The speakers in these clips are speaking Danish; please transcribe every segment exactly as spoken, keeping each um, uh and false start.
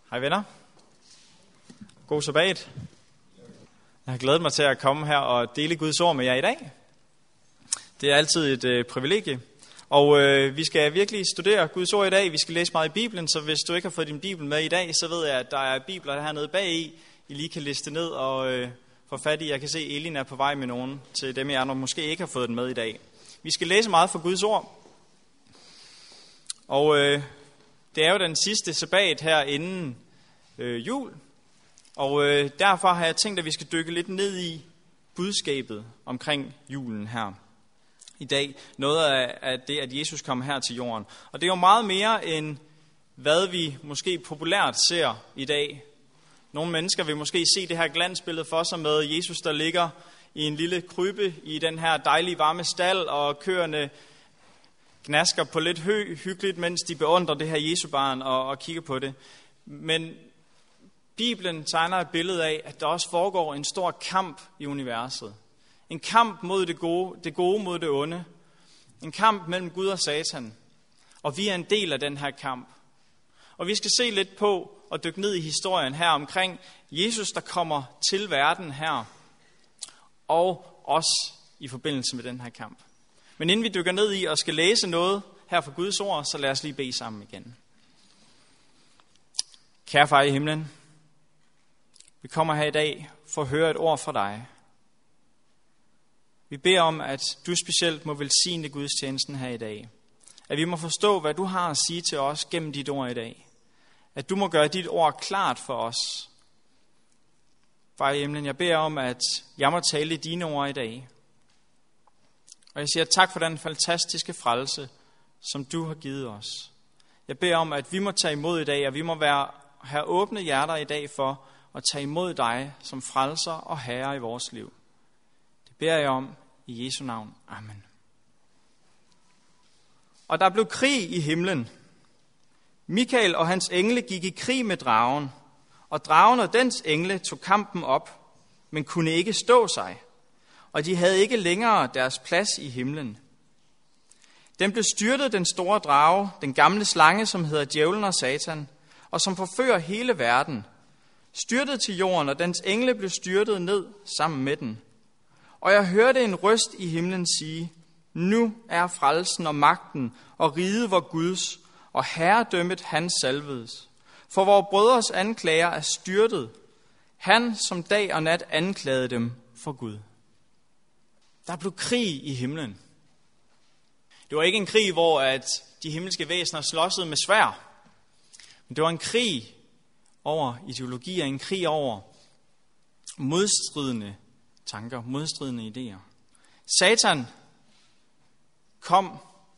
Hej venner. God sabbat. Jeg har glædet mig til at komme her og dele Guds ord med jer i dag. Det er altid et øh, privilegie. Og øh, vi skal virkelig studere Guds ord i dag. Vi skal læse meget i Bibelen, så hvis du ikke har fået din Bibel med i dag, så ved jeg, at der er bibler hernede bag i. I lige kan liste ned og øh, få fat i. Jeg kan se, at Elin er på vej med nogen til dem, jeg måske ikke har fået den med i dag. Vi skal læse meget fra Guds ord. Og øh, det er jo den sidste sabbat her inden øh, jul. Og øh, derfor har jeg tænkt, at vi skal dykke lidt ned i budskabet omkring julen her i dag. Noget af, af det, at Jesus kom her til jorden. Og det er jo meget mere end, hvad vi måske populært ser i dag. Nogle mennesker vil måske se det her glansbillede for sig med Jesus, der ligger i en lille krybbe i den her dejlige varme stald, og køerne gnasker på lidt hø, hyggeligt, mens de beundrer det her Jesu barn og, og kigger på det. Men Bibelen tegner et billede af, at der også foregår en stor kamp i universet. En kamp mod det gode, det gode mod det onde. En kamp mellem Gud og Satan. Og vi er en del af den her kamp. Og vi skal se lidt på og dykke ned i historien her omkring Jesus, der kommer til verden her. Og også i forbindelse med den her kamp. Men inden vi dykker ned i og skal læse noget her fra Guds ord, så lad os lige bede sammen igen. Kære far i himlen, vi kommer her i dag for at høre et ord fra dig. Vi beder om, at du specielt må velsigne gudstjenesten her i dag. At vi må forstå, hvad du har at sige til os gennem dit ord i dag. At du må gøre dit ord klart for os. Far i himlen, jeg beder om, at jeg må tale dine ord i dag. Og jeg siger tak for den fantastiske frelse, som du har givet os. Jeg beder om, at vi må tage imod i dag, og vi må være, have åbne hjerter i dag for at tage imod dig som frelser og herre i vores liv. Det beder jeg om i Jesu navn. Amen. Og der blev krig i himlen. Mikael og hans engle gik i krig med dragen, og dragen og dens engle tog kampen op, men kunne ikke stå sig, og de havde ikke længere deres plads i himlen. Den blev styrtet, den store drage, den gamle slange, som hedder djævlen og Satan, og som forfører hele verden, styrtet til jorden, og dens engle blev styrtet ned sammen med den. Og jeg hørte en røst i himlen sige, nu er frelsen og magten og riget vor Guds, og herredømmet hans salvedes. For vores brødres anklager er styrtet, han som dag og nat anklagede dem for Gud. Der blev krig i himlen. Det var ikke en krig, hvor at de himmelske væsener slåssede med sværd. Men det var en krig over ideologier, en krig over modstridende tanker, modstridende idéer. Satan kom.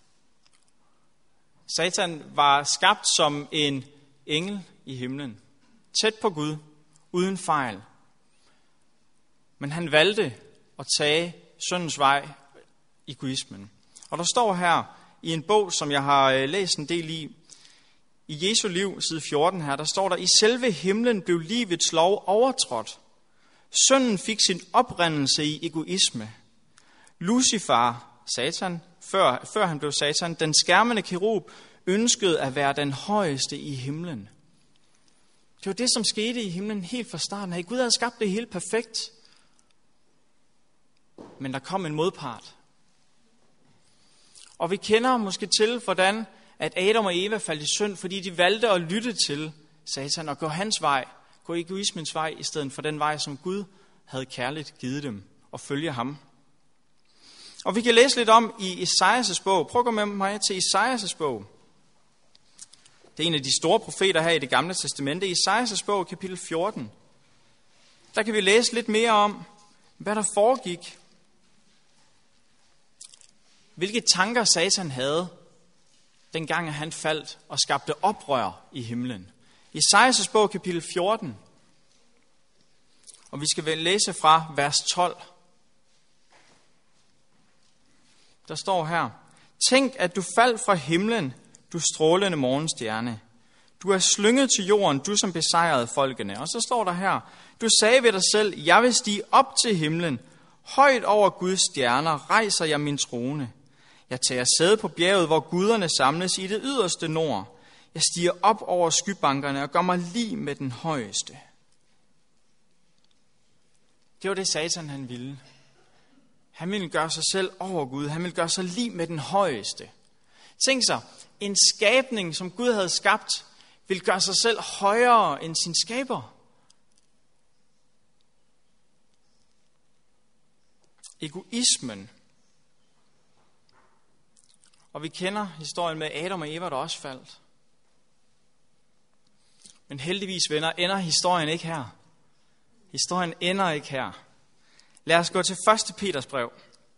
Satan var skabt som en engel i himlen, tæt på Gud, uden fejl. Men han valgte at tage syndens vej, egoismen. Og der står her i en bog, som jeg har læst en del i, i Jesu liv, side fjorten her, der står der, i selve himlen blev livets lov overtrådt. Synden fik sin oprindelse i egoisme. Lucifer, Satan, før, før han blev Satan, den skærmende kerub, ønskede at være den højeste i himlen. Det var det, som skete i himlen helt fra starten af. Gud havde skabt det helt perfekt. Men der kom en modpart. Og vi kender måske til, hvordan at Adam og Eva faldt i synd, fordi de valgte at lytte til Satan og gå hans vej, gå egoismens vej, i stedet for den vej, som Gud havde kærligt givet dem, og følge ham. Og vi kan læse lidt om i Esajas' bog. Prøv at gå med mig til Esajas' bog. Det er en af de store profeter her i det gamle testamente. I Esajas' bog, kapitel fjorten. Der kan vi læse lidt mere om, hvad der foregik. Hvilke tanker Satan havde, dengang han faldt og skabte oprør i himlen. I Esajas' bog, kapitel fjorten. Og vi skal læse fra vers tolv. Der står her, tænk, at du faldt fra himlen, du strålende morgenstjerne. Du er slynget til jorden, du som besejrede folkene. Og så står der her, du sagde ved dig selv, jeg vil stige op til himlen. Højt over Guds stjerner rejser jeg min trone. Jeg tager sæde på bjerget, hvor guderne samles i det yderste nord. Jeg stiger op over skybankerne og gør mig lig med den højeste. Det var det Satan han ville. Han ville gøre sig selv over Gud. Han ville gøre sig lig med den højeste. Tænk sig, en skabning, som Gud havde skabt, ville gøre sig selv højere end sin skaber. Egoismen. Og vi kender historien med Adam og Eva, der også faldt. Men heldigvis, venner, ender historien ikke her. Historien ender ikke her. Lad os gå til første Peters brev.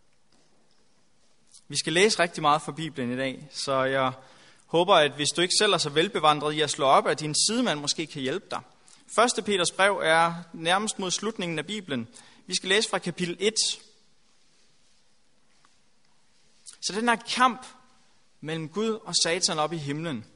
Vi skal læse rigtig meget fra Bibelen i dag, så jeg håber, at hvis du ikke selv er så velbevandret i at slå op, at din sidemand måske kan hjælpe dig. første Peters brev er nærmest mod slutningen af Bibelen. Vi skal læse fra kapitel et. Så den her kamp mellem Gud og Satan op i himlen,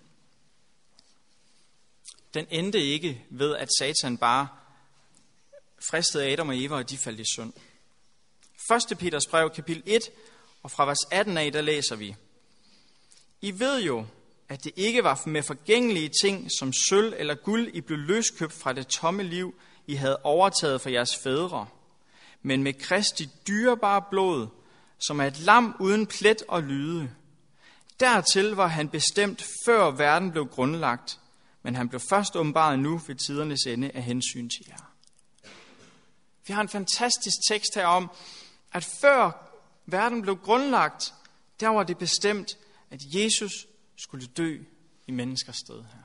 den endte ikke ved, at Satan bare fristede Adam og Eva, og de faldt i synd. første Peters brev, kapitel et, og fra vers atten af, der læser vi: I ved jo, at det ikke var med forgængelige ting, som sølv eller guld, I blev løskøbt fra det tomme liv, I havde overtaget fra jeres fædre, men med Kristi dyrebare blod, som er et lam uden plet og lyde. Dertil var han bestemt, før verden blev grundlagt, men han blev først åbenbaret nu ved tidernes ende af hensyn til jer. Vi har en fantastisk tekst her om, at før verden blev grundlagt, der var det bestemt, at Jesus skulle dø i menneskers sted her.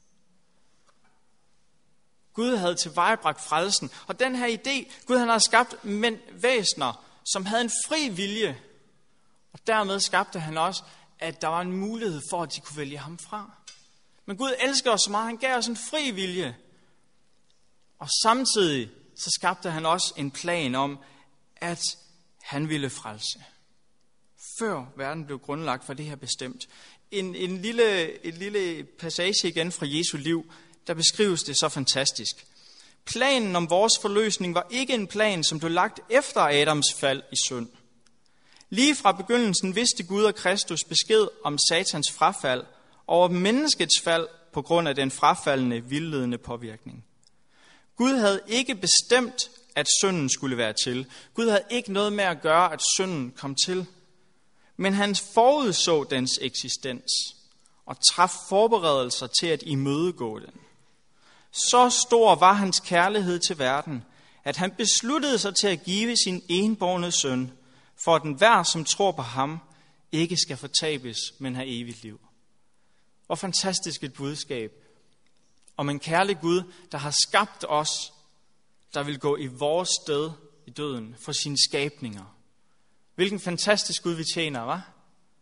Gud havde tilvejebragt frelsen, og den her idé, Gud han har skabt mænd, væsener, som havde en fri vilje, og dermed skabte han også, at der var en mulighed for, at de kunne vælge ham fra. Men Gud elsker os så meget, han gav os en fri vilje, og samtidig så skabte han også en plan om, at han ville frelse. Før verden blev grundlagt for det her bestemt. En, en, lille, en lille passage igen fra Jesu liv, der beskrives det så fantastisk. Planen om vores forløsning var ikke en plan, som blev lagt efter Adams fald i synd. Lige fra begyndelsen vidste Gud og Kristus besked om Satans frafald over menneskets fald på grund af den frafaldende, vildledende påvirkning. Gud havde ikke bestemt, at synden skulle være til. Gud havde ikke noget med at gøre, at synden kom til. Men han forudså dens eksistens og traf forberedelser til at imødegå den. Så stor var hans kærlighed til verden, at han besluttede sig til at give sin enbårne søn, for at den hver, som tror på ham, ikke skal fortabes, men have evigt liv. Hvor fantastisk et budskab om en kærlig Gud, der har skabt os, der vil gå i vores sted i døden for sine skabninger. Hvilken fantastisk Gud vi tjener, hva'?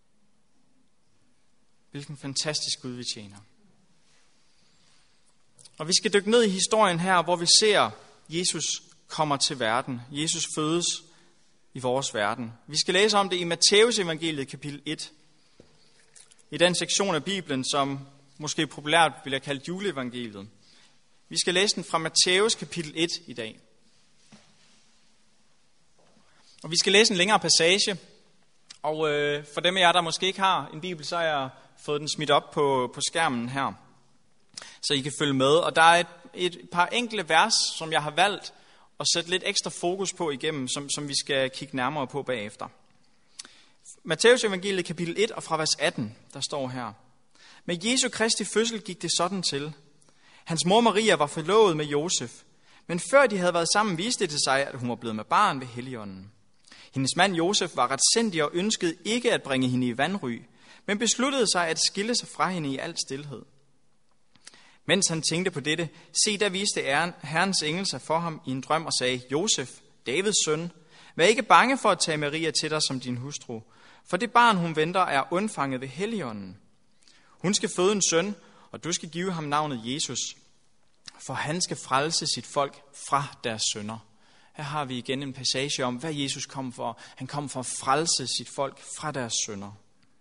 Hvilken fantastisk Gud vi tjener. Og vi skal dykke ned i historien her, hvor vi ser, Jesus kommer til verden. Jesus fødes i vores verden. Vi skal læse om det i Matteus evangeliet kapitel et. I den sektion af Bibelen, som måske populært bliver kaldt juleevangeliet. Vi skal læse den fra Matteus kapitel et i dag. Og vi skal læse en længere passage. Og øh, for dem af jer, der måske ikke har en bibel, så har jeg fået den smidt op på, på skærmen her, så I kan følge med. Og der er et, et par enkelte vers, som jeg har valgt at sætte lidt ekstra fokus på igennem, som, som vi skal kigge nærmere på bagefter. Matteus evangeliet kapitel et og fra vers atten, der står her: Med Jesu Kristi fødsel gik det sådan til. Hans mor Maria var forlovet med Josef, men før de havde været sammen, viste det sig, at hun var blevet med barn ved Helligånden. Hendes mand Josef var retsindig og ønskede ikke at bringe hende i vanry, men besluttede sig at skille sig fra hende i al stilhed. Mens han tænkte på dette, se, der viste Herrens engel sig for ham i en drøm og sagde: Josef, Davids søn, vær ikke bange for at tage Maria til dig som din hustru, for det barn, hun venter, er undfanget ved Helligånden. Hun skal føde en søn, og du skal give ham navnet Jesus, for han skal frelse sit folk fra deres synder. Her har vi igen en passage om, hvad Jesus kom for. Han kom for at frelse sit folk fra deres synder.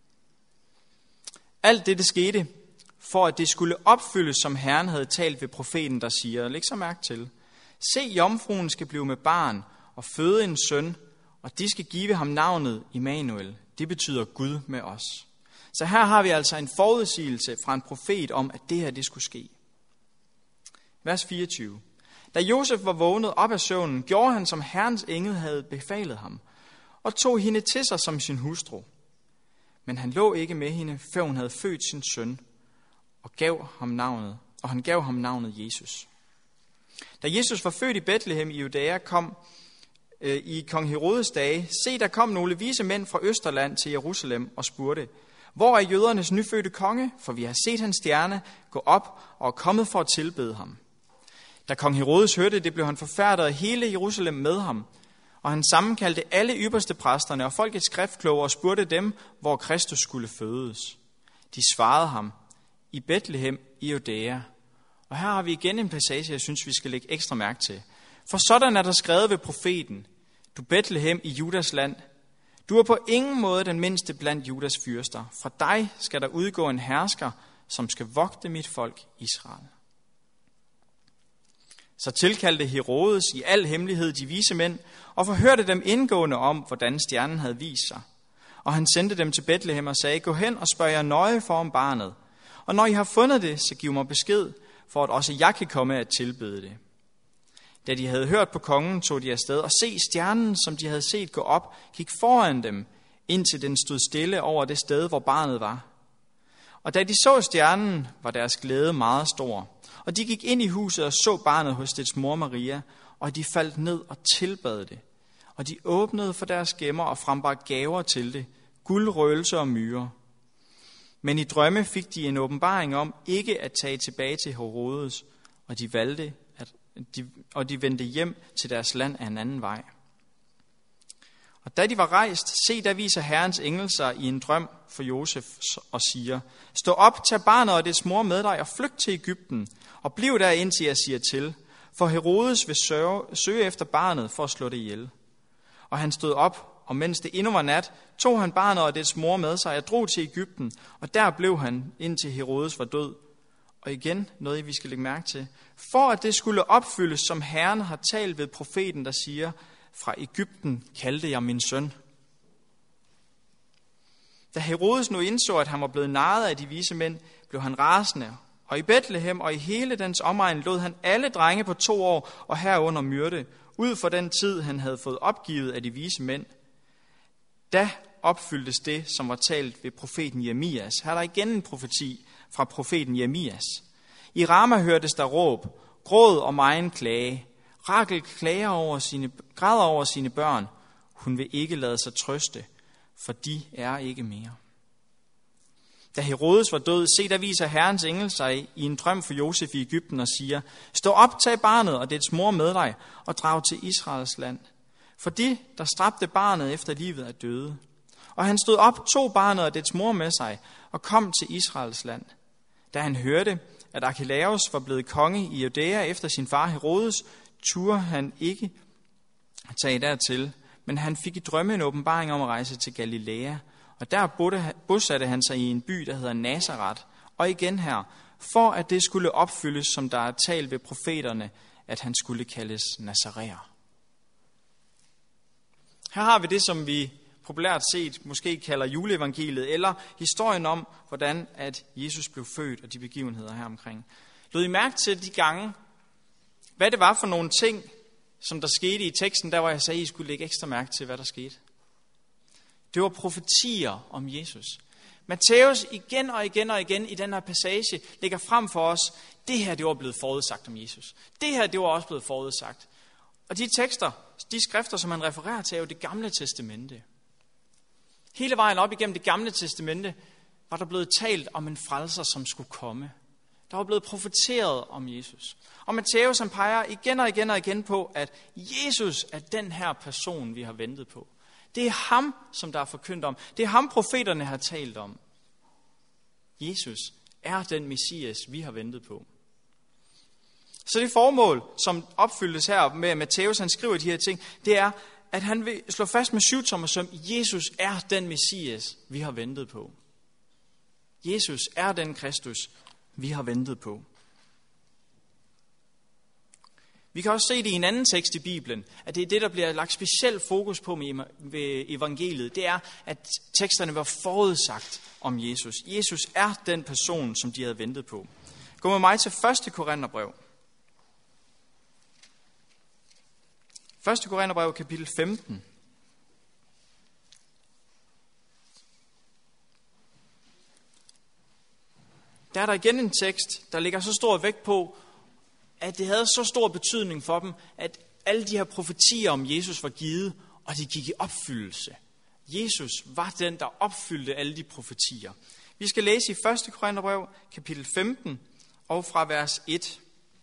Alt det, det skete, for at det skulle opfyldes, som Herren havde talt ved profeten, der siger, læg så mærke til: Se, jomfruen skal blive med barn og føde en søn, og de skal give ham navnet Immanuel. Det betyder Gud med os. Så her har vi altså en forudsigelse fra en profet om, at det her det skulle ske. Vers fireogtyve. Da Josef var vågnet op af søvnen, gjorde han, som Herrens engel havde befalet ham, og tog hende til sig som sin hustru. Men han lå ikke med hende, før hun havde født sin søn, og gav ham navnet, og han gav ham navnet Jesus. Da Jesus var født i Betlehem i Judæa, kom øh, i kong Herodes dage, se, der kom nogle vise mænd fra Østerland til Jerusalem og spurgte, hvor er jødernes nyfødte konge? For vi har set hans stjerne gå op og er kommet for at tilbede ham. Da kong Herodes hørte det, blev han forfærdet, og hele Jerusalem med ham. Og han sammenkaldte alle ypperste præsterne og folkets skriftkloge og spurgte dem, hvor Kristus skulle fødes. De svarede ham, i Betlehem i Judæa. Og her har vi igen en passage, jeg synes, vi skal lægge ekstra mærke til. For sådan er der skrevet ved profeten, du Betlehem i Judas land. Du er på ingen måde den mindste blandt Judas fyrster. Fra dig skal der udgå en hersker, som skal vogte mit folk Israel. Så tilkaldte Herodes i al hemmelighed de vise mænd, og forhørte dem indgående om, hvordan stjernen havde vist sig. Og han sendte dem til Betlehem og sagde, gå hen og spørg jer nøje for om barnet. Og når I har fundet det, så giv mig besked, for at også jeg kan komme at tilbede det. Da de havde hørt på kongen, tog de afsted, og se stjernen, som de havde set gå op, gik foran dem, indtil den stod stille over det sted, hvor barnet var. Og da de så stjernen, var deres glæde meget stor. Og de gik ind i huset og så barnet hos dets mor Maria, og de faldt ned og tilbad det. Og de åbnede for deres gemmer og frembragte gaver til det, guld, røgelse og myrer. Men i drømme fik de en åbenbaring om ikke at tage tilbage til Herodes, og de valgte at de, og de vendte hjem til deres land af en anden vej. Og da de var rejst, se, der viser Herrens engel sig i en drøm for Josef og siger, stå op, tag barnet og dets mor med dig og flygt til Egypten, og bliv der indtil jeg siger til, for Herodes vil søge, søge efter barnet for at slå det ihjel. Og han stod op, og mens det endnu var nat, tog han barnet og dets mor med sig og drog til Egypten, og der blev han, indtil Herodes var død. Og igen noget, vi skal lægge mærke til. For at det skulle opfyldes, som Herren har talt ved profeten, der siger, fra Egypten kaldte jeg min søn. Da Herodes nu indså, at han var blevet narret af de vise mænd, blev han rasende. Og i Betlehem og i hele dens omegn lod han alle drenge på to år og herunder myrde, ud for den tid, han havde fået opgivet af de vise mænd. Da opfyldtes det, som var talt ved profeten Jeremias. Her er der igen en profeti fra profeten Jeremias. I Rama hørtes der råb, gråd og megen klage. Rakel klager over sine, græder over sine børn. Hun vil ikke lade sig trøste, for de er ikke mere. Da Herodes var død, se, der viser Herrens engel sig i en drøm for Josef i Egypten og siger, stå op, tag barnet og dets mor med dig og drag til Israels land. For de, der stræbte barnet efter livet, er døde. Og han stod op, tog barnet og dets mor med sig og kom til Israels land. Da han hørte, at Archelaus var blevet konge i Judæa efter sin far Herodes, turde han ikke tage dertil, men han fik i drømme en åbenbaring om at rejse til Galilea, og der bosatte han sig i en by, der hedder Nazaret. Og igen her, for at det skulle opfyldes, som der er talt ved profeterne, at han skulle kaldes Nazaræer. Her har vi det, som vi populært set måske kalder juleevangeliet, eller historien om, hvordan at Jesus blev født og de begivenheder her omkring. Lod I mærke til de gange, hvad det var for nogle ting, som der skete i teksten, der hvor jeg sagde, at I skulle lægge ekstra mærke til, hvad der skete. Det var profetier om Jesus. Matthæus igen og igen og igen i den her passage lægger frem for os, det her det var blevet forudsagt om Jesus. Det her det var også blevet forudsagt. Og de tekster, de skrifter, som man refererer til, er jo det gamle testamente. Hele vejen op igennem det gamle testamente var der blevet talt om en frelser, som skulle komme. Der var blevet profeteret om Jesus. Og Matthæus han peger igen og igen og igen på, at Jesus er den her person, vi har ventet på. Det er ham, som der er forkyndt om. Det er ham, profeterne har talt om. Jesus er den Messias, vi har ventet på. Så det formål, som opfyldes her med Matthæus, han skriver de her ting, det er, at han vil slå fast med syvtommersøm, Jesus er den Messias, vi har ventet på. Jesus er den Kristus, vi har ventet på. Vi kan også se det i en anden tekst i Bibelen, at det er det, der bliver lagt specielt fokus på med evangeliet. Det er, at teksterne var forudsagt om Jesus. Jesus er den person, som de havde ventet på. Gå med mig til første Korintherbrev. første Korintherbrev, kapitel femten. Der er der igen en tekst, der lægger så stor vægt på, at det havde så stor betydning for dem, at alle de her profetier om Jesus var givet, og de gik i opfyldelse. Jesus var den, der opfyldte alle de profetier. Vi skal læse i første Korintherbrev, kapitel femten, og fra vers et.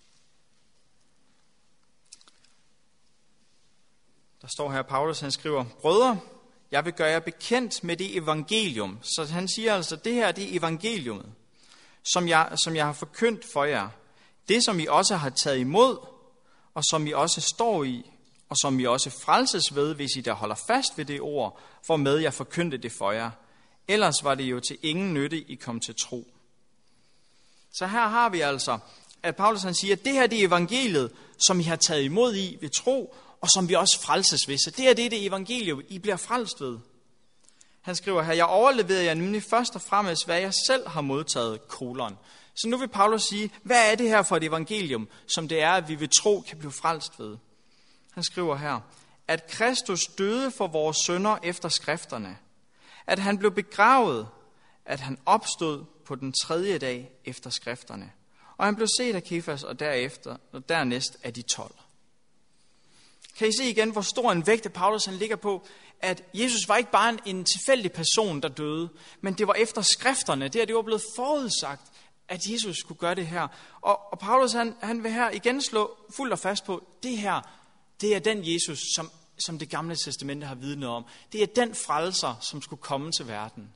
Der står her, Paulus, han skriver, brødre, jeg vil gøre jer bekendt med det evangelium. Så han siger altså, det her det er evangeliumet, som jeg, som jeg har forkyndt for jer. Det, som I også har taget imod, og som I også står i, og som I også frelses ved, hvis I der holder fast ved det ord, hvormed jeg forkyndte det for jer. Ellers var det jo til ingen nytte, I kom til tro. Så her har vi altså, at Paulus han siger, at det her det er evangeliet, som I har taget imod i ved tro, og som vi også frelses ved. Så det her det er det evangelium, I bliver frelst ved. Han skriver her, jeg overleverer jer nemlig først og fremmest, hvad jeg selv har modtaget, kolon. Så nu vil Paulus sige, hvad er det her for et evangelium, som det er, at vi ved tro kan blive frelst ved? Han skriver her, at Kristus døde for vores synder efter skrifterne, at han blev begravet, at han opstod på den tredje dag efter skrifterne, og han blev set af Kefas og derefter og dernæst af de tolv. Kan I se igen, hvor stor en vægt Paulus han ligger på, at Jesus var ikke bare en, en tilfældig person, der døde, men det var efter skrifterne, det, det var blevet forudsagt, at Jesus skulle gøre det her. Og, og Paulus han, han vil her igen slå fuldt og fast på, det her, det er den Jesus, som, som det gamle testamente har vidnet om. Det er den frelser, som skulle komme til verden.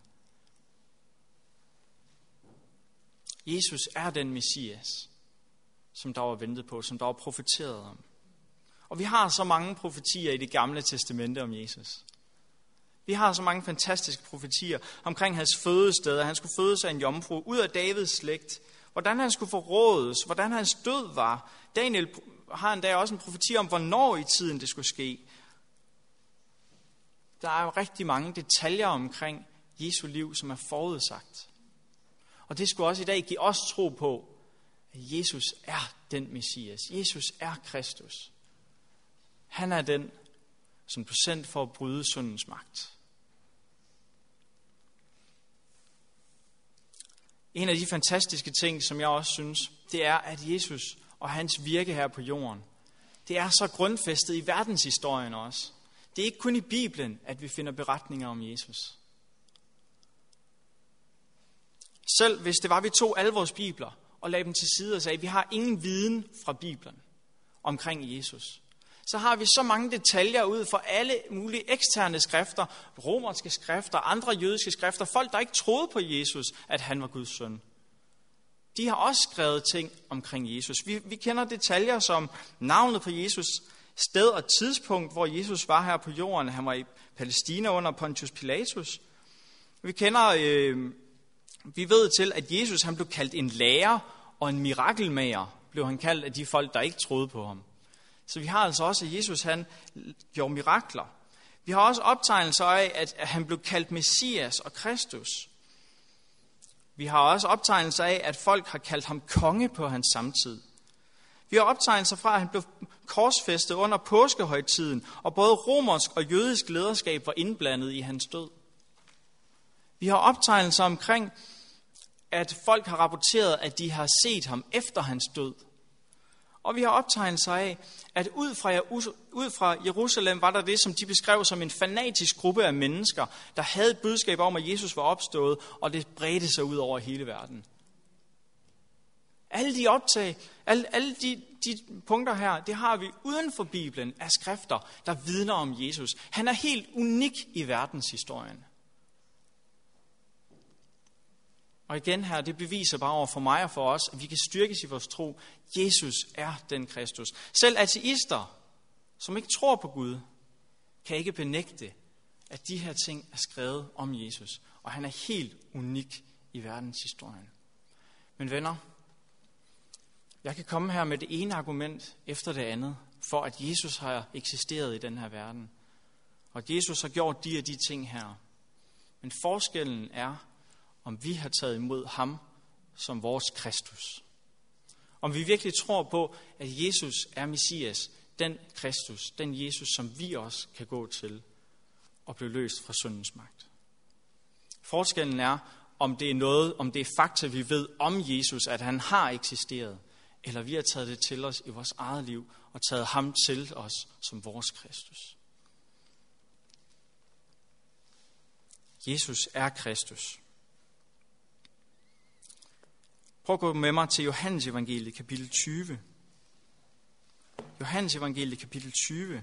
Jesus er den Messias, som der var ventet på, som der var profeteret om. Og vi har så mange profetier i det gamle testamente om Jesus. Vi har så mange fantastiske profetier omkring hans fødested, at han skulle fødes af en jomfru, ud af Davids slægt, hvordan han skulle forrådes, hvordan hans død var. Daniel har endda også en profeti om, hvornår i tiden det skulle ske. Der er jo rigtig mange detaljer omkring Jesu liv, som er forudsagt. Og det skulle også i dag give os tro på, at Jesus er den Messias. Jesus er Kristus. Han er den, som blev sendt for at bryde syndens magt. En af de fantastiske ting, som jeg også synes, det er, at Jesus og hans virke her på jorden, det er så grundfæstet i verdenshistorien også. Det er ikke kun i Bibelen, at vi finder beretninger om Jesus. Selv hvis det var, vi tog alle vores bibler og lagde dem til side og sagde, at vi har ingen viden fra Bibelen omkring Jesus, så har vi så mange detaljer ud fra alle mulige eksterne skrifter, romerske skrifter, andre jødiske skrifter, folk, der ikke troede på Jesus, at han var Guds søn. De har også skrevet ting omkring Jesus. Vi, vi kender detaljer som navnet på Jesus, sted og tidspunkt, hvor Jesus var her på jorden. Han var i Palæstina under Pontius Pilatus. Vi kender, øh, vi ved til, at Jesus han blev kaldt en lærer og en mirakelmager, blev han kaldt af de folk, der ikke troede på ham. Så vi har altså også, at Jesus han gjorde mirakler. Vi har også optegnelser af, at han blev kaldt Messias og Kristus. Vi har også optegnelser af, at folk har kaldt ham konge på hans samtid. Vi har optegnelser fra, at han blev korsfæstet under påskehøjtiden, og både romersk og jødisk lederskab var indblandet i hans død. Vi har optegnelser omkring, at folk har rapporteret, at de har set ham efter hans død. Og vi har optegnelser af, at ud fra, ud fra Jerusalem var der det, som de beskrev som en fanatisk gruppe af mennesker, der havde et budskab om, at Jesus var opstået, og det bredte sig ud over hele verden. Alle de optag, alle, alle de, de punkter her, det har vi uden for Bibelen af skrifter, der vidner om Jesus. Han er helt unik i verdenshistorien. Og igen her, det beviser bare over for mig og for os, at vi kan styrkes i vores tro. Jesus er den Kristus. Selv ateister, som ikke tror på Gud, kan ikke benægte, at de her ting er skrevet om Jesus. Og han er helt unik i verdenshistorien. Men venner, Jeg kan komme her med det ene argument efter det andet, for at Jesus har eksisteret i den her verden. Og at Jesus har gjort de og de ting her. Men forskellen er, om vi har taget imod ham som vores Kristus. Om vi virkelig tror på, at Jesus er Messias, den Kristus, den Jesus, som vi også kan gå til og blive løst fra syndens magt. Forskellen er, om det er noget, om det er fakta, vi ved om Jesus, at han har eksisteret, eller vi har taget det til os i vores eget liv og taget ham til os som vores Kristus. Jesus er Kristus. Prøv at gå med mig til Johannes evangeliet kapitel tyve. Johannes evangeliet kapitel tyve.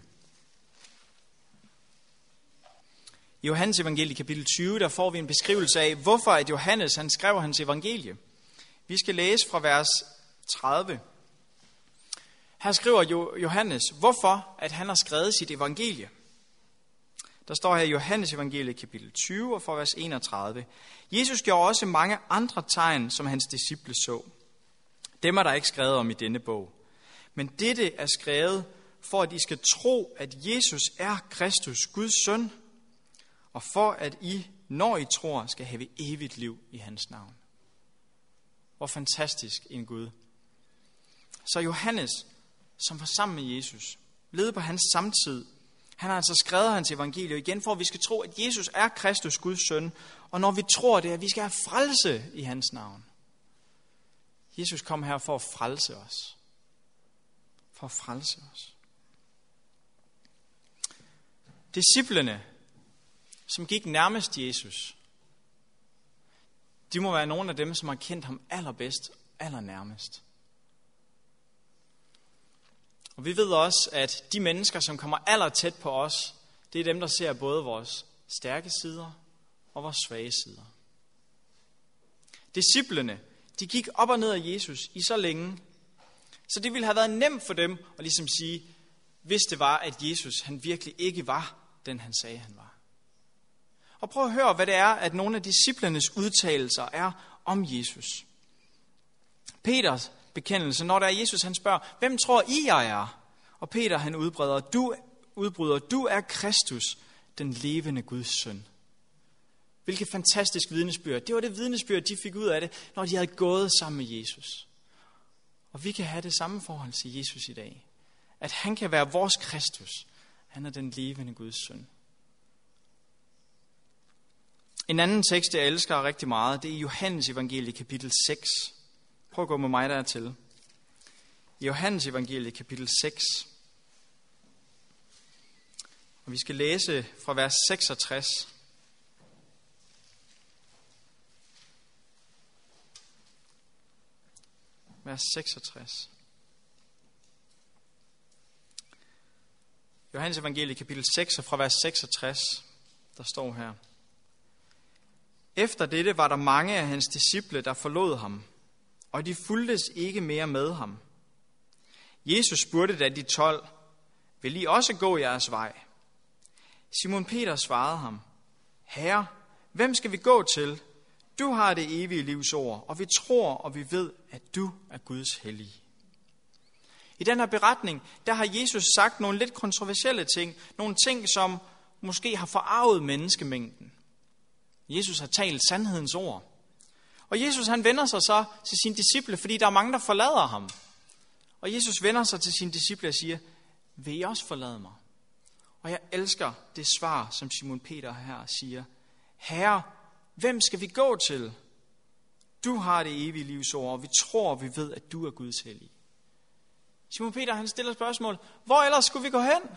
I Johannes evangeliet kapitel tyve, der får vi en beskrivelse af, hvorfor at Johannes han skrev hans evangelie. Vi skal læse fra vers tredive. Her skriver Johannes, hvorfor at han har skrevet sit evangelie. Der står her i Johannes evangeliet kapitel tyve og fra vers enogtredive. Jesus gjorde også mange andre tegn, som hans disciple så. Dem er der ikke skrevet om i denne bog. Men dette er skrevet, for at I skal tro, at Jesus er Kristus, Guds søn, og for at I, når I tror, skal have evigt liv i hans navn. Hvor fantastisk en Gud. Så Johannes, som var sammen med Jesus, levede på hans samtid. Han har altså skrevet hans evangelie igen, for at vi skal tro, at Jesus er Kristus, Guds søn. Og når vi tror det, at vi skal have frelse i hans navn. Jesus kom her for at frelse os. For at frelse os. Disciplene, som gik nærmest Jesus, de må være nogle af dem, som har kendt ham allerbedst, allernærmest. Og vi ved også, at de mennesker, som kommer aller tæt på os, det er dem, der ser både vores stærke sider og vores svage sider. Disciplene, de gik op og ned af Jesus i så længe, så det ville have været nemt for dem at ligesom sige, hvis det var, at Jesus han virkelig ikke var den, han sagde, han var. Og prøv at høre, hvad det er, at nogle af disciplernes udtalelser er om Jesus. Peters bekendelse, når der er Jesus, han spørger, hvem tror I, jeg er? Og Peter, han udbryder, du, udbryder, du er Kristus, den levende Guds søn. Hvilket fantastisk vidnesbyrd. Det var det vidnesbyrd, de fik ud af det, når de havde gået sammen med Jesus. Og vi kan have det samme forhold til Jesus i dag. At han kan være vores Kristus. Han er den levende Guds søn. En anden tekst, jeg elsker rigtig meget, det er Johannes evangeliet kapitel seks. Prøv at gå med mig dertil. I Johannes evangeliet kapitel seks. Og vi skal læse fra vers seksogtres. Vers seksogtres. Johannes evangeliet kapitel seks og fra vers seksogtres, der står her. Efter dette var der mange af hans disciple, der forlod ham, og de fulgtes ikke mere med ham. Jesus spurgte da de tolv, vil I også gå jeres vej? Simon Peter svarede ham, Herre, hvem skal vi gå til? Du har det evige livs ord, og vi tror, og vi ved, at du er Guds hellige. I den her beretning, der har Jesus sagt nogle lidt kontroversielle ting, nogle ting, som måske har forarvet menneskemængden. Jesus har talt sandhedens ord. Og Jesus han vender sig så til sine disciple, fordi der er mange, der forlader ham. Og Jesus vender sig til sine disciple og siger, vil I også forlade mig? Og jeg elsker det svar, som Simon Peter her siger. Herre, hvem skal vi gå til? Du har det evige livs ord, og vi tror, og vi ved, at du er Guds hellige. Simon Peter han stiller spørgsmål, hvor ellers skulle vi gå hen?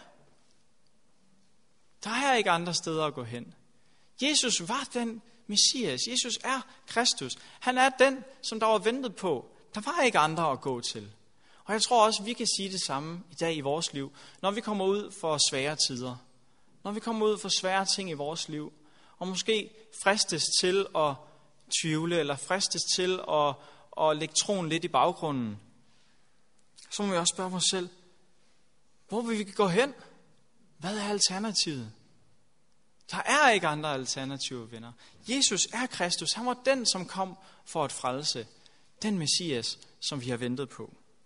Der er ikke andre steder at gå hen. Jesus var den Messias. Jesus er Kristus. Han er den, som der var ventet på. Der var ikke andre at gå til. Og jeg tror også, vi kan sige det samme i dag i vores liv, når vi kommer ud for svære tider. Når vi kommer ud for svære ting i vores liv, og måske fristes til at tvivle, eller fristes til at, at lægge troen lidt i baggrunden. Så må vi også spørge os selv, hvor vil vi gå hen? Hvad er alternativet? Der er ikke andre alternativer, venner. Jesus er Kristus. Han var den, som kom for at frelse. Den Messias, som vi har ventet på.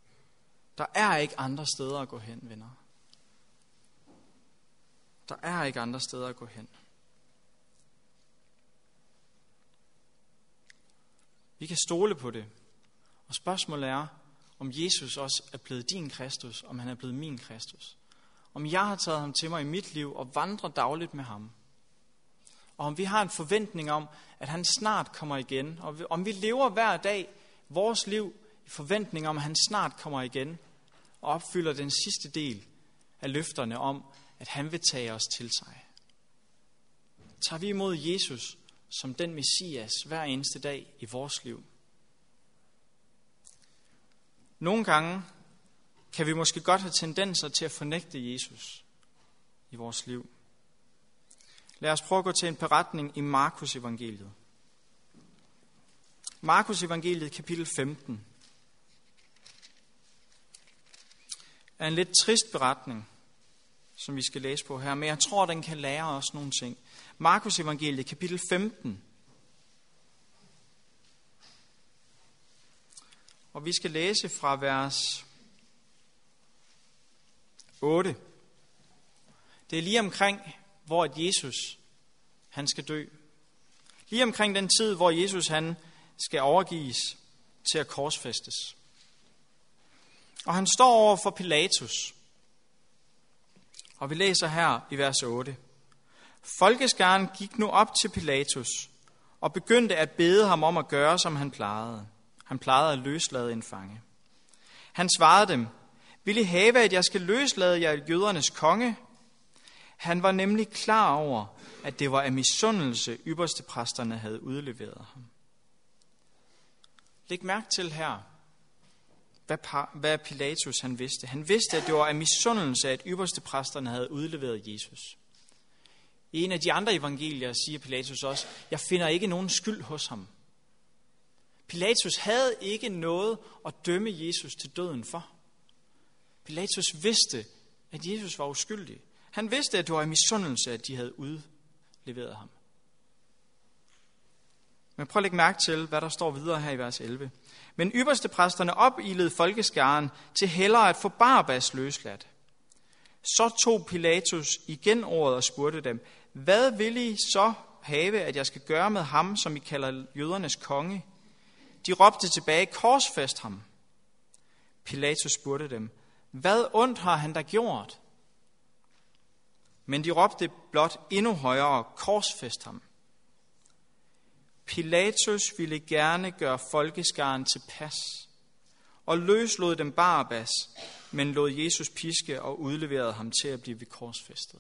Der er ikke andre steder at gå hen, venner. Der er ikke andre steder at gå hen. Vi kan stole på det. Og spørgsmålet er, om Jesus også er blevet din Kristus, om han er blevet min Kristus. Om jeg har taget ham til mig i mit liv og vandrer dagligt med ham. Og om vi har en forventning om, at han snart kommer igen. Og om vi lever hver dag vores liv i forventning om, at han snart kommer igen. Og opfylder den sidste del af løfterne om, at han vil tage os til sig. Tager vi imod Jesus som den Messias hver eneste dag i vores liv. Nogle gange kan vi måske godt have tendenser til at fornægte Jesus i vores liv. Lad os prøve at gå til en beretning i Markus evangeliet. Markus evangeliet kapitel femten er en lidt trist beretning, som vi skal læse på her, men jeg tror, den kan lære os nogle ting. Markus evangeliet kapitel femten. Og vi skal læse fra vers otte. Det er lige omkring, hvor Jesus han skal dø. Lige omkring den tid, hvor Jesus han skal overgives til at korsfæstes. Og han står over for Pilatus. Og vi læser her i vers otte. Folkeskaren gik nu op til Pilatus og begyndte at bede ham om at gøre, som han plejede. Han plejede at løslade en fange. Han svarede dem, vil I have, at jeg skal løslade jer jødernes konge? Han var nemlig klar over, at det var af misundelse, ypperstepræsterne havde udleveret ham. Læg mærke til her, hvad Pilatus han vidste. Han vidste, at det var af misundelse, at ypperstepræsterne havde udleveret Jesus. I en af de andre evangelier siger Pilatus også, jeg finder ikke nogen skyld hos ham. Pilatus havde ikke noget at dømme Jesus til døden for. Pilatus vidste, at Jesus var uskyldig. Han vidste, at det var en misundelse, at de havde udleveret ham. Men prøv at lægge mærke til, hvad der står videre her i vers elleve. Men ypperstepræsterne opildede folkeskaren til hellere at få Barabbas løsladt. Så tog Pilatus igen ordet og spurgte dem, hvad vil I så have, at jeg skal gøre med ham, som I kalder jødernes konge? De råbte tilbage, korsfæst ham. Pilatus spurgte dem, hvad ondt har han da gjort? Men de råbte blot endnu højere, korsfæst ham. Pilatus ville gerne gøre folkeskaren tilpas, og løslod dem Barabbas, men lod Jesus piske og udleverede ham til at blive korsfæstet.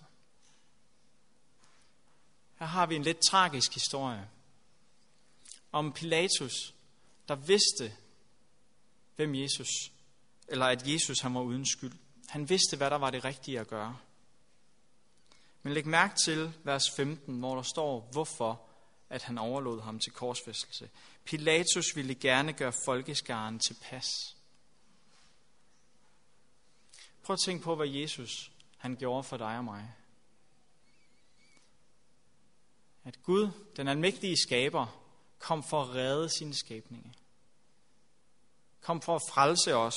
Her har vi en lidt tragisk historie om Pilatus, der vidste, hvem Jesus, eller at Jesus han var uden skyld. Han vidste, hvad der var det rigtige at gøre. Men læg mærke til vers femten, hvor der står, hvorfor at han overlod ham til korsfæstelse. Pilatus ville gerne gøre folkeskaren tilpas. Prøv at tænke på, hvad Jesus han gjorde for dig og mig. At Gud, den almægtige skaber, kom for at redde sine skabninge. Kom for at frelse os.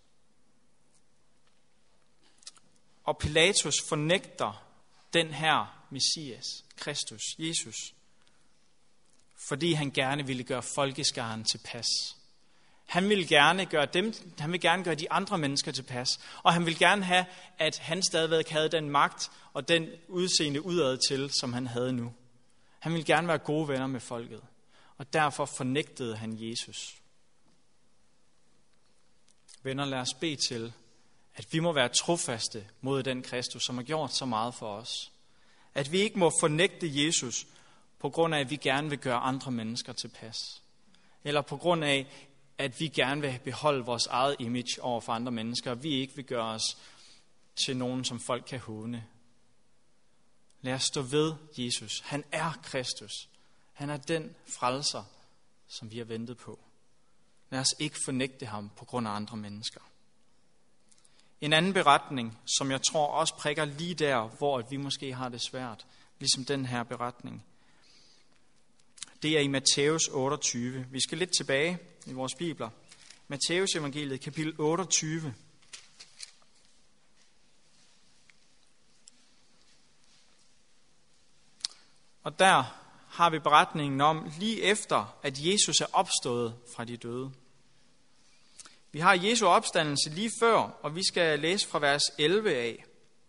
Og Pilatus fornægter den her Messias, Kristus, Jesus, fordi han gerne ville gøre folkeskaren tilpas. Han ville gerne gøre dem, han vil gerne gøre de andre mennesker tilpas, og han vil gerne have, at han stadigvæk havde den magt og den udseende udad til, som han havde nu. Han ville gerne være gode venner med folket, og derfor fornægtede han Jesus. Venner, lad os bede til, at vi må være trofaste mod den Kristus, som har gjort så meget for os. At vi ikke må fornægte Jesus, på grund af, at vi gerne vil gøre andre mennesker tilpas. Eller på grund af, at vi gerne vil beholde vores eget image over for andre mennesker, og vi ikke vil gøre os til nogen, som folk kan håne. Lad os stå ved Jesus. Han er Kristus. Han er den frelser, som vi har ventet på. Lad os ikke fornægte ham på grund af andre mennesker. En anden beretning, som jeg tror også prikker lige der, hvor vi måske har det svært, ligesom den her beretning, det er i Matthæus otteogtyve. Vi skal lidt tilbage i vores bibler. Matthæus evangeliet, kapitel otteogtyve. Og der har vi beretningen om, lige efter, at Jesus er opstået fra de døde. Vi har Jesu opstandelse lige før, og vi skal læse fra vers elleve af.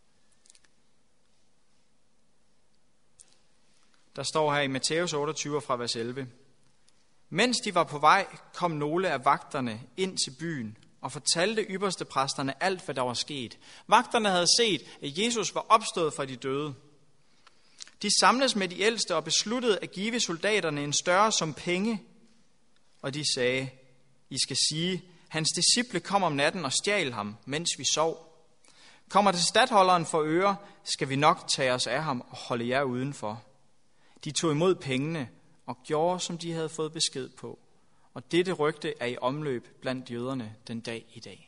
Der står her i Matthæus otteogtyve fra vers elleve. Mens de var på vej, kom nogle af vagterne ind til byen og fortalte ypperstepræsterne alt, hvad der var sket. Vagterne havde set, at Jesus var opstået fra de døde. De samledes med de ældste og besluttede at give soldaterne en større sum penge. Og de sagde, I skal sige, hans disciple kom om natten og stjal ham, mens vi sov. Kommer det statholderen for øre, skal vi nok tage os af ham og holde jer udenfor. De tog imod pengene og gjorde, som de havde fået besked på. Og dette rygte er i omløb blandt jøderne den dag i dag.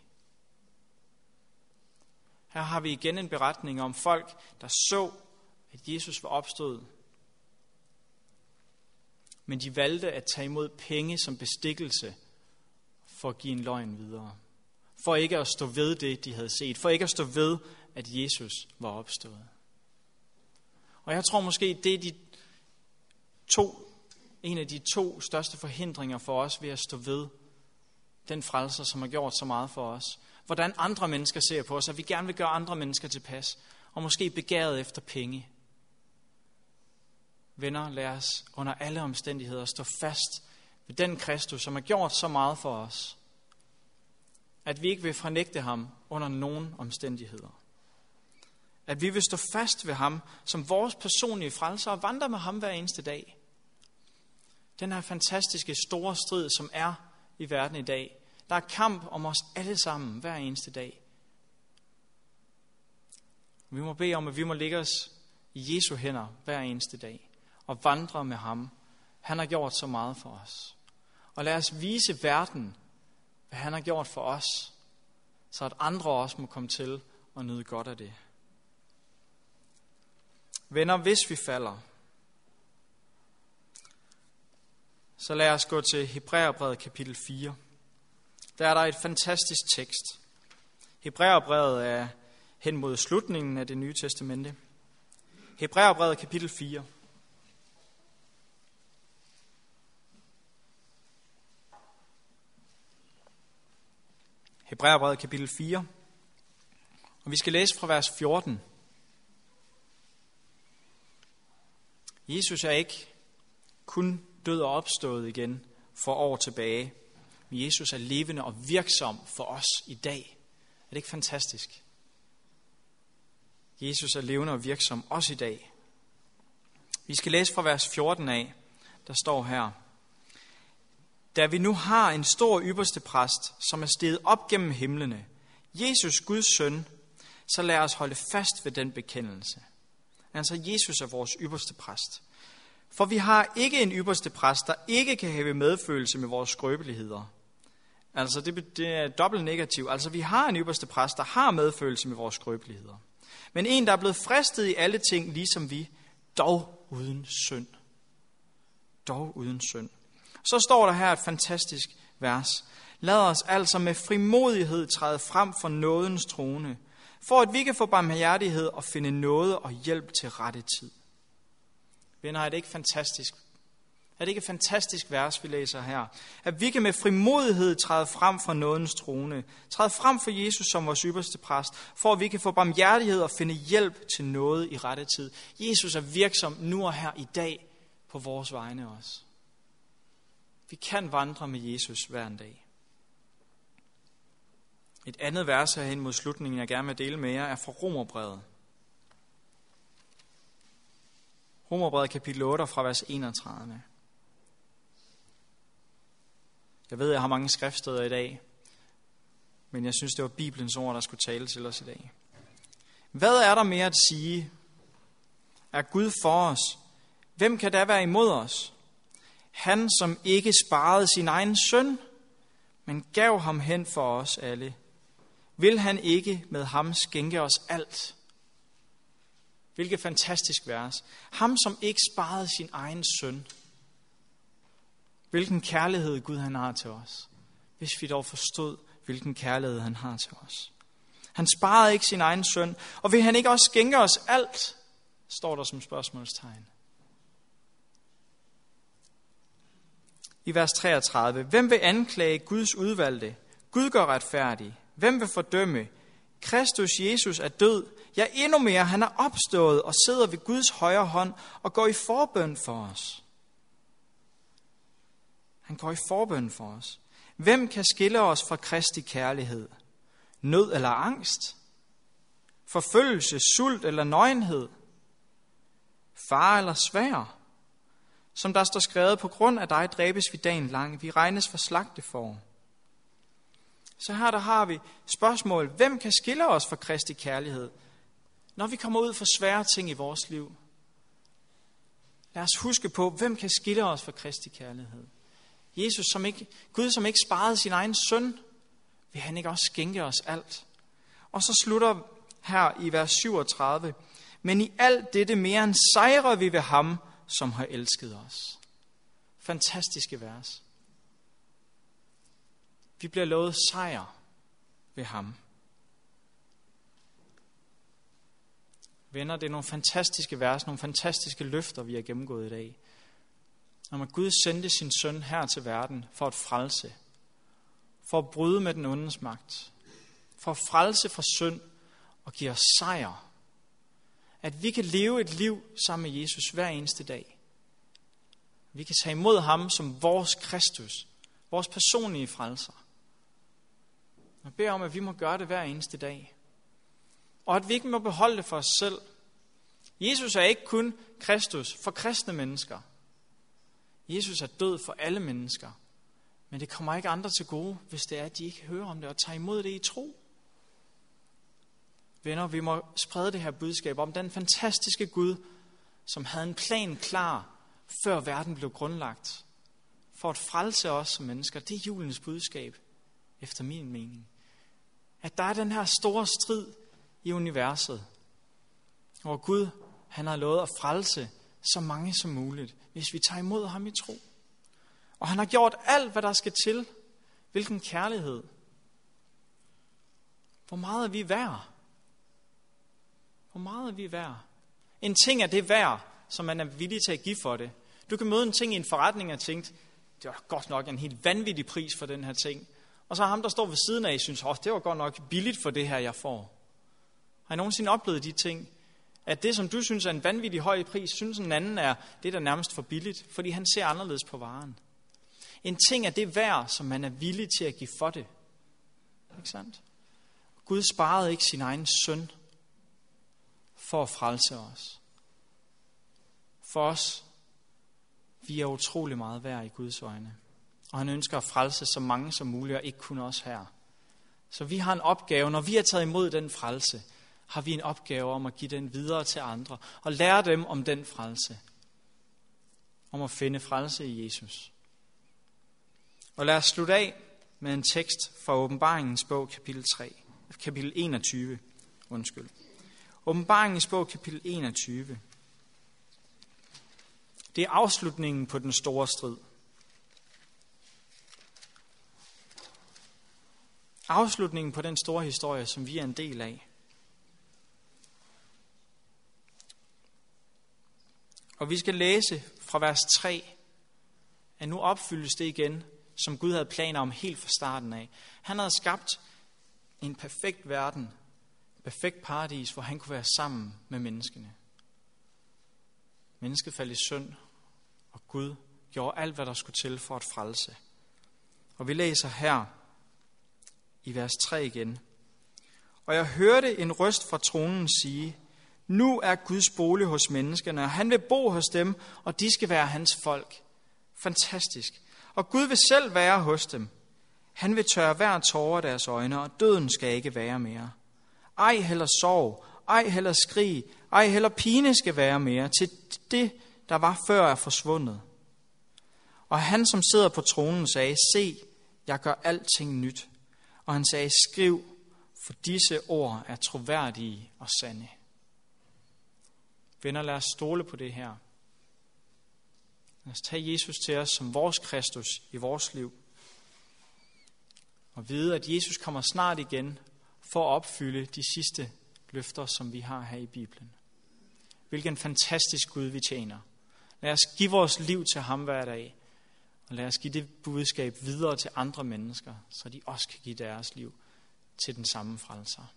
Her har vi igen en beretning om folk, der så, at Jesus var opstået. Men de valgte at tage imod penge som bestikkelse for at give en løgn videre. For ikke at stå ved det, de havde set. For ikke at stå ved, at Jesus var opstået. Og jeg tror måske, det er de to, en af de to største forhindringer for os ved at stå ved den frelser, som har gjort så meget for os. Hvordan andre mennesker ser på os, at vi gerne vil gøre andre mennesker tilpas, og måske begæret efter penge. Venner, lad os under alle omstændigheder stå fast ved den Kristus, som har gjort så meget for os, at vi ikke vil fornægte ham under nogen omstændigheder. At vi vil stå fast ved ham som vores personlige frelser og vandre med ham hver eneste dag. Den her fantastiske store strid, som er i verden i dag. Der er kamp om os alle sammen hver eneste dag. Vi må bede om, at vi må lægge os i Jesu hænder hver eneste dag og vandre med ham. Han har gjort så meget for os. Og lad os vise verden, hvad han har gjort for os, så at andre også må komme til at nyde godt af det. Venner, hvis vi falder, så lad os gå til Hebræerbrevet kapitel fire. Der er der et fantastisk tekst. Hebræerbrevet er hen mod slutningen af det nye testamente. Hebræerbrevet kapitel fire. Hebræerbrevet kapitel fire. Og vi skal læse fra vers fjorten. Jesus er ikke kun død og opstået igen for år tilbage. Men Jesus er levende og virksom for os i dag. Er det ikke fantastisk? Jesus er levende og virksom også i dag. Vi skal læse fra vers fjorten af. Der står her. Da vi nu har en stor ypperste præst, som er steget op gennem himlene, Jesus Guds søn, så lad os holde fast ved den bekendelse. Altså Jesus er vores ypperste præst. For vi har ikke en ypperste præst, der ikke kan have medfølelse med vores skrøbeligheder. Altså det, det er dobbelt negativ. Altså vi har en ypperste præst, der har medfølelse med vores skrøbeligheder. Men en, der er blevet fristet i alle ting, ligesom vi, dog uden synd. Dog uden synd. Så står der her et fantastisk vers. Lad os altså med frimodighed træde frem for nådens trone, for at vi kan få barmhjertighed og finde nåde og hjælp til rette tid. Venner, er det ikke fantastisk? Er det ikke et fantastisk vers, vi læser her? At vi kan med frimodighed træde frem for nådens trone, træde frem for Jesus som vores ypperste præst, for at vi kan få barmhjertighed og finde hjælp til noget i rette tid. Jesus er virksom nu og her i dag på vores vegne også. Vi kan vandre med Jesus hver en dag. Et andet vers herhen mod slutningen, jeg gerne vil dele med jer, er fra Romerbrevet. Romerbrevet kapitel otte fra vers enogtredive. Jeg ved, jeg har mange skriftsteder i dag, men jeg synes, det var Bibelens ord, der skulle tale til os i dag. Hvad er der mere at sige? Er Gud for os? Hvem kan da være imod os? Han, som ikke sparede sin egen søn, men gav ham hen for os alle. Vil han ikke med ham skænke os alt? Hvilket fantastisk vers. Ham, som ikke sparede sin egen søn. Hvilken kærlighed Gud han har til os. Hvis vi dog forstod, hvilken kærlighed han har til os. Han sparede ikke sin egen søn. Og vil han ikke også skænke os alt? Står der som spørgsmålstegn. i vers treogtredive. Hvem vil anklage Guds udvalgte? Gud gør retfærdig. Hvem vil fordømme? Kristus Jesus er død. Ja, endnu mere, han er opstået og sidder ved Guds højre hånd og går i forbøn for os. Han går i forbøn for os. Hvem kan skille os fra Kristi kærlighed? Nød eller angst? Forfølgelse, sult eller nøgenhed? Fare eller svær? Som der står skrevet, på grund af dig dræbes vi dagen lang. Vi regnes for slagtefor. Så her der har vi spørgsmål. Hvem kan skille os fra Kristi kærlighed? Når vi kommer ud for svære ting i vores liv. Lad os huske på, hvem kan skille os fra Kristi kærlighed? Jesus, som ikke, Gud, som ikke sparede sin egen søn, vil han ikke også skænke os alt? Og så slutter her i vers syvogtredive. Men i alt dette mere end sejrer vi ved ham, som har elsket os. Fantastiske vers. Vi bliver lovet sejr ved ham. Venner, det er nogle fantastiske vers, nogle fantastiske løfter, vi har gennemgået i dag. Om at Gud sendte sin søn her til verden for at frelse, for at bryde med den ondes magt, for at frelse fra synd og give os sejr. At vi kan leve et liv sammen med Jesus hver eneste dag. Vi kan tage imod ham som vores Kristus, vores personlige frelser. Jeg beder om, at vi må gøre det hver eneste dag. Og at vi ikke må beholde det for os selv. Jesus er ikke kun Kristus for kristne mennesker. Jesus er død for alle mennesker. Men det kommer ikke andre til gode, hvis det er, at de ikke hører om det og tager imod det i tro. Venner, vi må sprede det her budskab om den fantastiske Gud, som havde en plan klar, før verden blev grundlagt, for at frelse os som mennesker. Det er julens budskab, efter min mening. At der er den her store strid i universet, hvor Gud han har lovet at frelse så mange som muligt, hvis vi tager imod ham i tro. Og han har gjort alt, hvad der skal til. Hvilken kærlighed. Hvor meget er vi værd? Hvor meget er vi værd? En ting er det værd, som man er villig til at give for det. Du kan møde en ting i en forretning og tænke, det var godt nok en helt vanvittig pris for den her ting. Og så ham, der står ved siden af, synes, åh, det var godt nok billigt for det her, jeg får. Har I nogensinde oplevet de ting? At det, som du synes er en vanvittig høj pris, synes en anden er, det der nærmest for billigt, fordi han ser anderledes på varen. En ting er det værd, som man er villig til at give for det. Ikke sandt? Gud sparede ikke sin egen søn for at frelse os. For os, vi er utrolig meget værd i Guds øjne. Og han ønsker at frelse så mange som muligt, og ikke kun os her. Så vi har en opgave, når vi har taget imod den frelse, har vi en opgave om at give den videre til andre, og lære dem om den frelse. Om at finde frelse i Jesus. Og lad os slutte af med en tekst fra Åbenbaringens bog, kapitel tre, kapitel enogtyve. Undskyld. Åbenbaringens bog, kapitel enogtyve. Det er afslutningen på den store strid. Afslutningen på den store historie, som vi er en del af. Og vi skal læse fra vers tre, at nu opfyldes det igen, som Gud havde planer om helt fra starten af. Han havde skabt en perfekt verden, en perfekt paradis, hvor han kunne være sammen med menneskene. Mennesket faldt i synd, og Gud gjorde alt, hvad der skulle til for at frelse. Og vi læser her i vers tre igen. Og jeg hørte en røst fra tronen sige, nu er Guds bolig hos menneskerne, og han vil bo hos dem, og de skal være hans folk. Fantastisk. Og Gud vil selv være hos dem. Han vil tørre hver tåre af deres øjne, og døden skal ikke være mere. Ej heller sorg, ej heller skrig, ej heller pine skal være mere, til det, der var før, er forsvundet. Og han, som sidder på tronen, sagde, se, jeg gør alting nyt. Og han sagde, skriv, for disse ord er troværdige og sande. Venner, lad os stole på det her. Lad os tage Jesus til os som vores Kristus i vores liv. Og vide, at Jesus kommer snart igen for at opfylde de sidste løfter, som vi har her i Bibelen. Hvilken fantastisk Gud vi tjener. Lad os give vores liv til ham hver dag. Og lad os give det budskab videre til andre mennesker, så de også kan give deres liv til den samme frelser.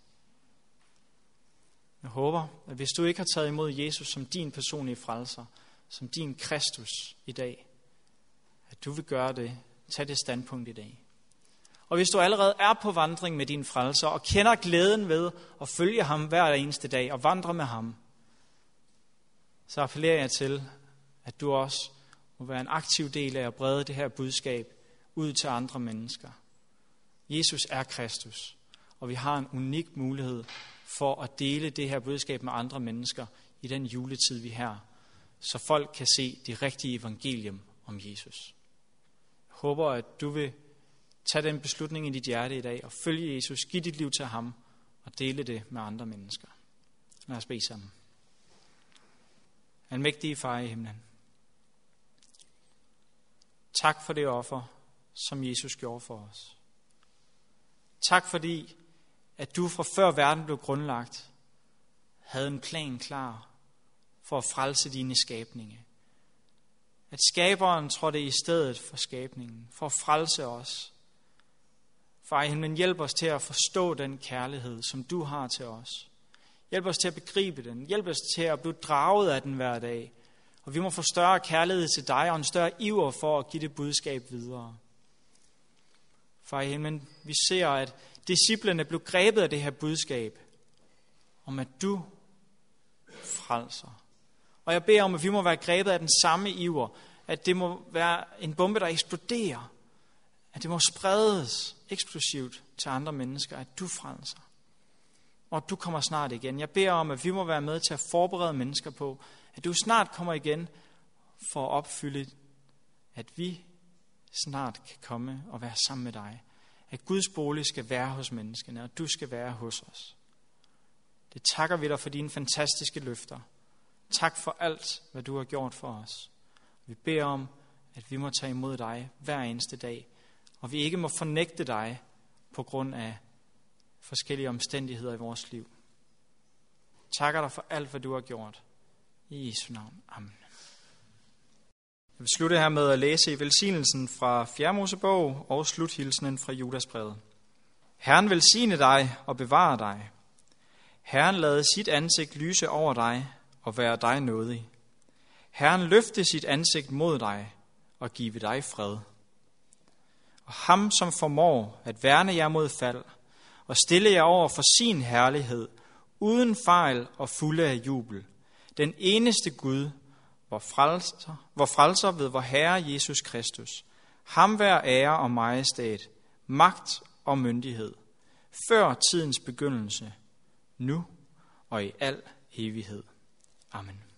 Jeg håber, at hvis du ikke har taget imod Jesus som din personlige frelser, som din Kristus i dag, at du vil gøre det, tag det standpunkt i dag. Og hvis du allerede er på vandring med din frelser, og kender glæden ved at følge ham hver eneste dag, og vandre med ham, så appellerer jeg til, at du også må være en aktiv del af at brede det her budskab ud til andre mennesker. Jesus er Kristus, og vi har en unik mulighed for at dele det her budskab med andre mennesker i den juletid, vi her, så folk kan se det rigtige evangelium om Jesus. Jeg håber, at du vil tage den beslutning i dit hjerte i dag og følge Jesus, giv dit liv til ham og dele det med andre mennesker. Lad os bede sammen. Almægtige Far i himlen, tak for det offer, som Jesus gjorde for os. Tak fordi, at du fra før verden blev grundlagt, havde en plan klar for at frelse dine skabninge. At skaberen trådte i stedet for skabningen, for at frelse os. Far i himlen, hjælp os til at forstå den kærlighed, som du har til os. Hjælp os til at begribe den. Hjælp os til at blive draget af den hver dag. Og vi må få større kærlighed til dig og en større iver for at give det budskab videre. Far i himlen, vi ser, at disciplene blev grebet af det her budskab, om at du frelser. Og jeg beder om, at vi må være grebet af den samme iver, at det må være en bombe, der eksploderer, at det må spredes eksplosivt til andre mennesker, at du frelser. Og at du kommer snart igen. Jeg beder om, at vi må være med til at forberede mennesker på, at du snart kommer igen for at opfylde, at vi snart kan komme og være sammen med dig. At Guds bolig skal være hos menneskene, og du skal være hos os. Det takker vi dig for dine fantastiske løfter. Tak for alt, hvad du har gjort for os. Vi beder om, at vi må tage imod dig hver eneste dag, og vi ikke må fornægte dig på grund af forskellige omstændigheder i vores liv. Takker dig for alt, hvad du har gjort. I Jesu navn. Amen. Jeg vil slutte her med at læse i velsignelsen fra fjerde Mosebog og sluthilsenen fra Judasbrevet. Herren velsigne dig og bevare dig. Herren lade sit ansigt lyse over dig og være dig nådig. Herren løfte sit ansigt mod dig og give dig fred. Og ham, som formår at værne jer mod fald og stille jer over for sin herlighed, uden fejl og fulde af jubel, den eneste Gud, vor frelser, vor frelser ved vor Herre Jesus Kristus, ham vær ære og majestæt, magt og myndighed, før tidens begyndelse, nu og i al evighed. Amen.